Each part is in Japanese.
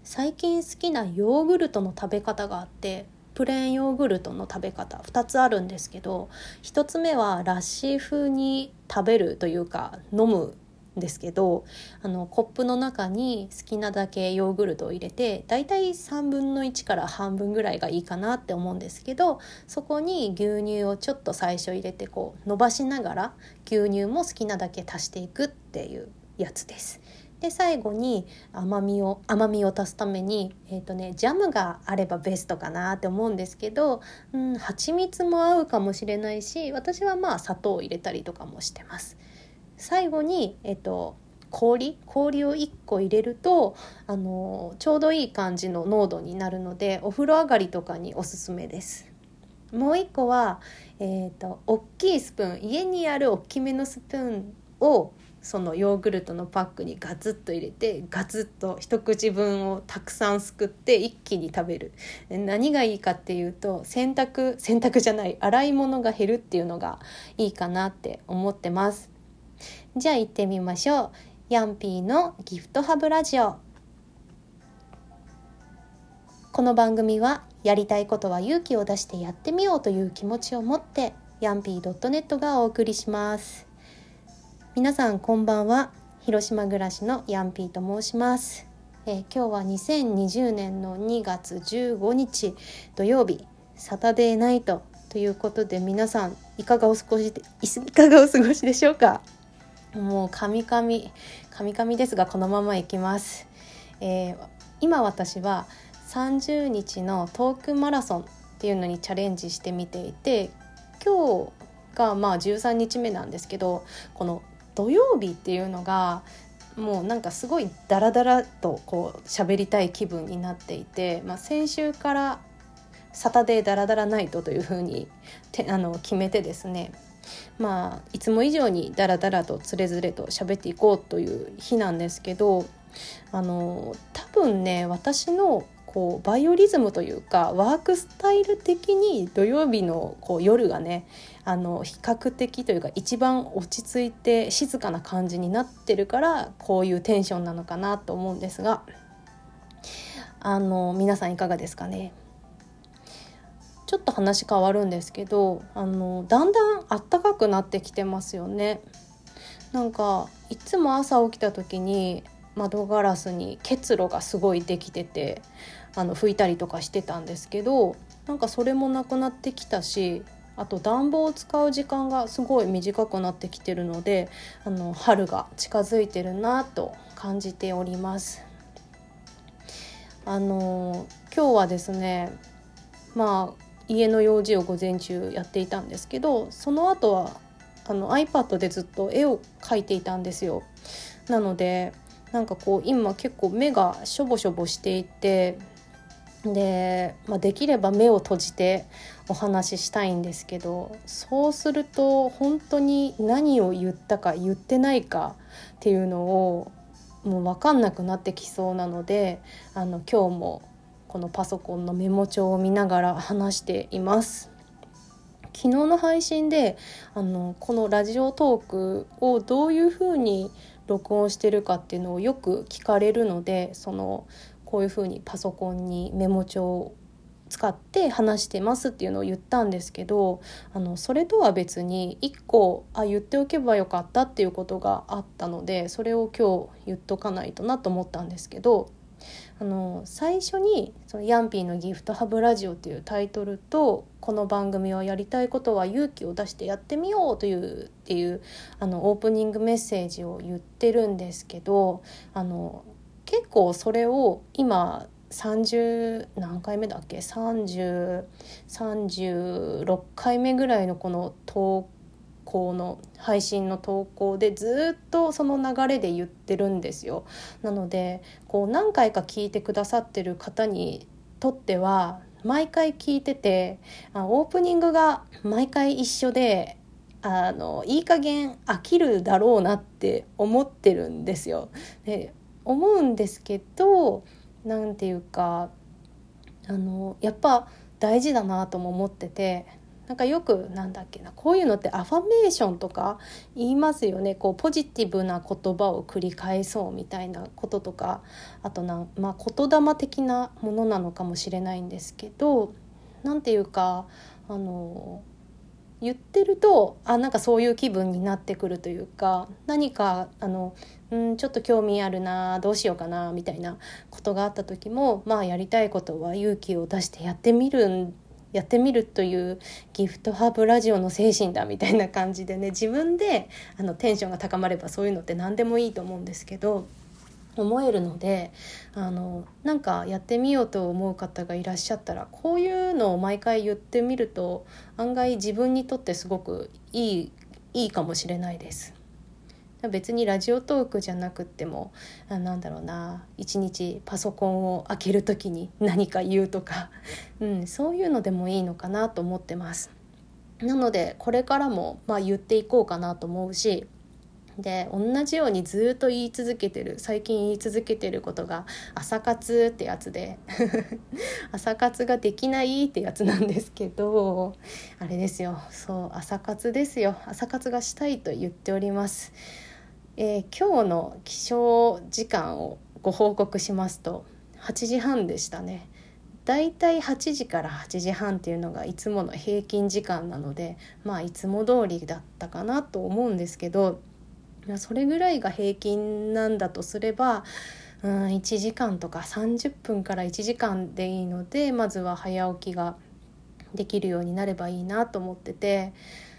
最近好きなヨーグルトの食べ方があって、プレーンヨーグルトの食べ方2つあるんですけど、1つ目はラッシー風に食べるというか飲むんですけど、コップの中に好きなだけヨーグルトを入れて、だいたい3分の1から半分ぐらいがいいかなって思うんですけど、そこに牛乳をちょっと最初入れて伸ばしながら牛乳も好きなだけ足していくっていうやつです。で最後に甘みを足すために、ジャムがあればベストかなって思うんですけど、蜂蜜も合うかもしれないし、私は砂糖を入れたりとかもしてます。最後に、氷を1個入れるとちょうどいい感じの濃度になるので、お風呂上がりとかにおすすめです。もう1個は、大きいスプーン、家にある大きめのスプーンをそのヨーグルトのパックにガツッと入れて、ガツッと一口分をたくさんすくって一気に食べる。何がいいかっていうと、洗濯じゃない、洗い物が減るっていうのがいいかなって思ってます。じゃあ行ってみましょう。ヤンピーのギフトハブラジオ。この番組はやりたいことは勇気を出してやってみようという気持ちを持ってヤンピー .net がお送りします。皆さんこんばんは。広島暮らしのヤンピーと申します。今日は2020年の2月15日土曜日、サタデーナイトということで、皆さんいかがお過ごしでしょうか。もうカミカミですが、このままいきます。今私は30日のトークマラソンっていうのにチャレンジしてみていて、今日が13日目なんですけど、この土曜日っていうのがもうなんかすごいダラダラと喋りたい気分になっていて、先週からサタデーダラダラナイトというふうに決めてですね、いつも以上にダラダラとつれづれと喋っていこうという日なんですけど、多分ね、私のバイオリズムというかワークスタイル的に土曜日の夜がね、比較的というか一番落ち着いて静かな感じになってるから、こういうテンションなのかなと思うんですが、皆さんいかがですかね。ちょっと話変わるんですけど、だんだん暖かくなってきてますよね。なんかいつも朝起きた時に窓ガラスに結露がすごいできてて、拭いたりとかしてたんですけど、なんかそれもなくなってきたし、あと暖房を使う時間がすごい短くなってきてるので、春が近づいてるなと感じております。今日はですね、家の用事を午前中やっていたんですけど、その後はiPad でずっと絵を描いていたんですよ。なのでなんか今結構目がしょぼしょぼしていて、で、できれば目を閉じてお話ししたいんですけど、そうすると本当に何を言ったか言ってないかっていうのをもう分かんなくなってきそうなので、今日もこのパソコンのメモ帳を見ながら話しています。昨日の配信でこのラジオトークをどういうふうに録音してるかっていうのをよく聞かれるので、こういうふうにパソコンにメモ帳を使って話してますっていうのを言ったんですけど、それとは別に一個言っておけばよかったっていうことがあったので、それを今日言っとかないとなと思ったんですけど、最初にそのヤンピーのギフトハブラジオっていうタイトルと、この番組はやりたいことは勇気を出してやってみようっていうオープニングメッセージを言ってるんですけど、結構それを今30何回目だっけ、36回目ぐらいのこの投稿の配信の投稿でずっとその流れで言ってるんですよ。なので何回か聞いてくださってる方にとっては毎回聞いてて、オープニングが毎回一緒でいい加減飽きるだろうなって思ってるんですよ。で思うんですけど、なんていうかやっぱ大事だなとも思ってて、 なんかよくなんだっけな、こういうのってアファメーションとか言いますよね。こうポジティブな言葉を繰り返そうみたいなこととか、あと言霊的なものなのかもしれないんですけど、なんていうか言ってるとなんかそういう気分になってくるというか、何かちょっと興味あるな、どうしようかなみたいなことがあった時も、やりたいことは勇気を出してやってみるというギフトハブラジオの精神だみたいな感じでね、自分でテンションが高まればそういうのって何でもいいと思うんですけど、思えるのでなんかやってみようと思う方がいらっしゃったら、こういうのを毎回言ってみると案外自分にとってすごくいいかもしれないです。別にラジオトークじゃなくっても一日パソコンを開ける時に何か言うとか、そういうのでもいいのかなと思ってます。なのでこれからも言っていこうかなと思うし、で同じようにずっと最近言い続けてることが朝活ってやつで朝活ができないってやつなんですけど、あれですよ、そう朝活ですよ。朝活がしたいと言っております。今日の起床時間をご報告しますと8時半でしたね。だいたい8時から8時半っていうのがいつもの平均時間なので、いつも通りだったかなと思うんですけど、それぐらいが平均なんだとすれば、1時間とか30分から1時間でいいので、まずは早起きができるようになればいいなと思ってて、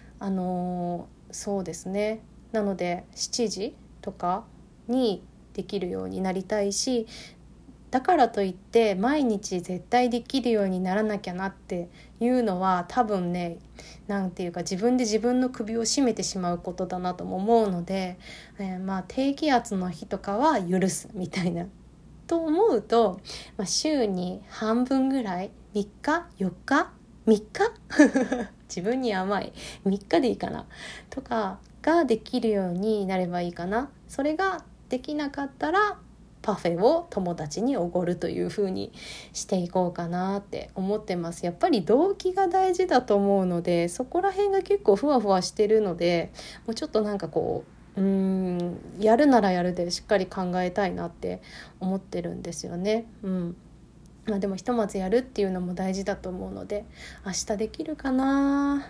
そうですね、なので7時とかにできるようになりたいし、だからといって毎日絶対できるようにならなきゃなっていうのは多分ね、なんていうか自分で自分の首を絞めてしまうことだなとも思うので、低気圧の日とかは許すみたいなと思うと、週に半分ぐらい3日4日3日自分に甘い3日でいいかなとかができるようになればいいかな。それができなかったらパフェを友達におごるという風にしていこうかなって思ってます。やっぱり動機が大事だと思うので、そこら辺が結構ふわふわしてるので、もうちょっとやるならやるでしっかり考えたいなって思ってるんですよね。でもひとまずやるっていうのも大事だと思うので、明日できるかな。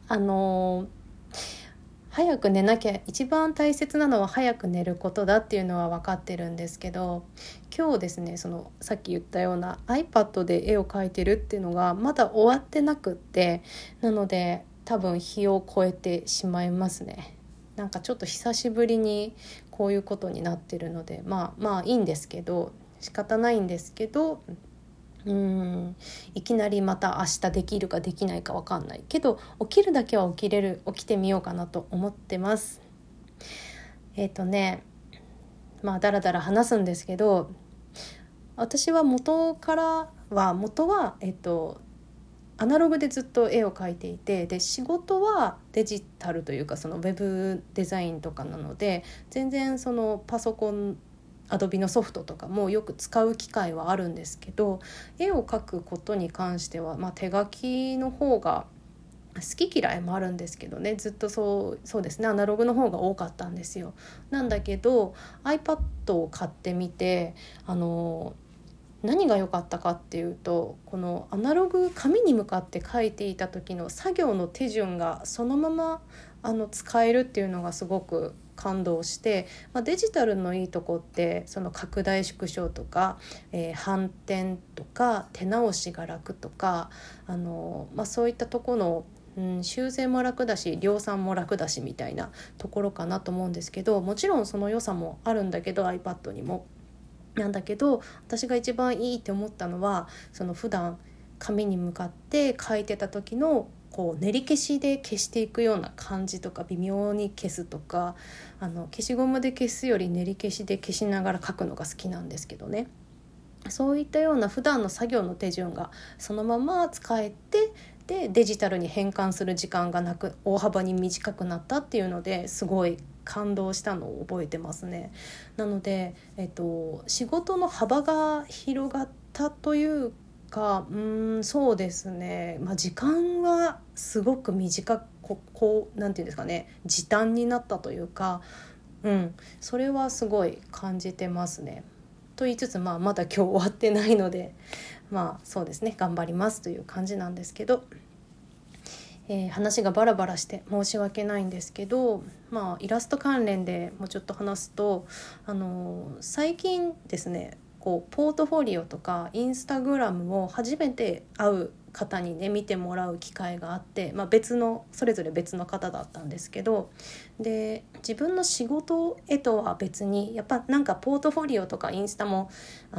早く寝なきゃ、一番大切なのは早く寝ることだっていうのは分かってるんですけど、今日ですね、さっき言ったような iPad で絵を描いてるっていうのがまだ終わってなくって、なので多分日を超えてしまいますね。なんかちょっと久しぶりにこういうことになってるので、いいんですけど、仕方ないんですけど、いきなりまた明日できるかできないか分かんないけど、起きるだけは起きてみようかなと思ってます。だらだら話すんですけど、私は元はアナログでずっと絵を描いていて、で仕事はデジタルというかウェブデザインとかなので、全然パソコンアドビのソフトとかもよく使う機会はあるんですけど、絵を描くことに関しては、手書きの方が好き嫌いもあるんですけどね、ずっとそうですね、アナログの方が多かったんですよ。なんだけど iPad を買ってみて何が良かったかっていうと、このアナログ紙に向かって書いていた時の作業の手順がそのまま使えるっていうのがすごく感動して、デジタルのいいとこって拡大縮小とか、反転とか手直しが楽とかそういったところの修正も楽だし量産も楽だしみたいなところかなと思うんですけど、もちろんその良さもあるんだけど iPad にもなんだけど、私が一番いいって思ったのは普段紙に向かって書いてた時の練り消しで消していくような感じとか、微妙に消すとか、消しゴムで消すより練り消しで消しながら書くのが好きなんですけどね。そういったような普段の作業の手順がそのまま使えて、でデジタルに変換する時間がなく大幅に短くなったっていうのですごい感動したのを覚えてますね。なので、仕事の幅が広がったというか、そうですね、時間はすごく短くなんていうんですかね、時短になったというか、それはすごい感じてますね。と言いつつ、まだ今日終わってないので、そうですね、頑張りますという感じなんですけど、話がバラバラして申し訳ないんですけど、イラスト関連でもうちょっと話すと、最近ですね、ポートフォリオとかインスタグラムを初めて会う方にね見てもらう機会があって、それぞれ別の方だったんですけど、で自分の仕事へとは別にやっぱなんかポートフォリオとかインスタも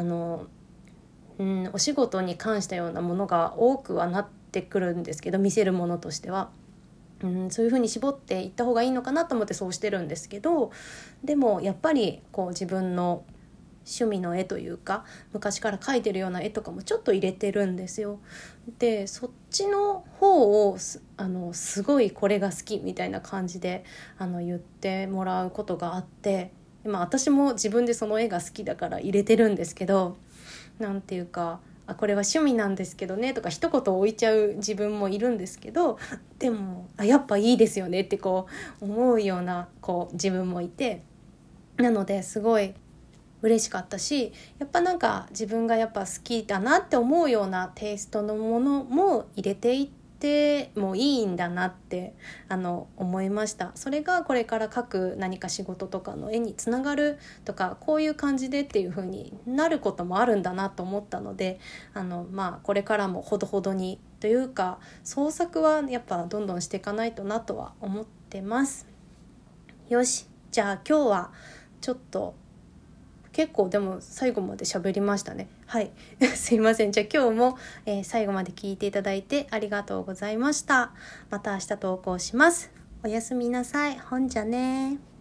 お仕事に関したようなものが多くはなってくるんですけど、見せるものとしては、そういう風に絞っていった方がいいのかなと思ってそうしてるんですけど、でもやっぱり自分の趣味の絵というか昔から描いてるような絵とかもちょっと入れてるんですよ。でそっちの方をすごいこれが好きみたいな感じで言ってもらうことがあって、私も自分でその絵が好きだから入れてるんですけど、なんていうか、これは趣味なんですけどねとか一言置いちゃう自分もいるんですけど、でもやっぱいいですよねって思うような自分もいて、なのですごい嬉しかったし、やっぱなんか自分がやっぱ好きだなって思うようなテイストのものも入れていってもいいんだなって思いました。それがこれから描く何か仕事とかの絵につながるとか、こういう感じでっていう風になることもあるんだなと思ったので、これからもほどほどにというか創作はやっぱどんどんしていかないとなとは思ってます。よし、じゃあ今日はちょっと結構でも最後まで喋りましたね。はいすいません。じゃあ今日も、最後まで聞いていただいてありがとうございました。また明日投稿します。おやすみなさい。ほんじゃね。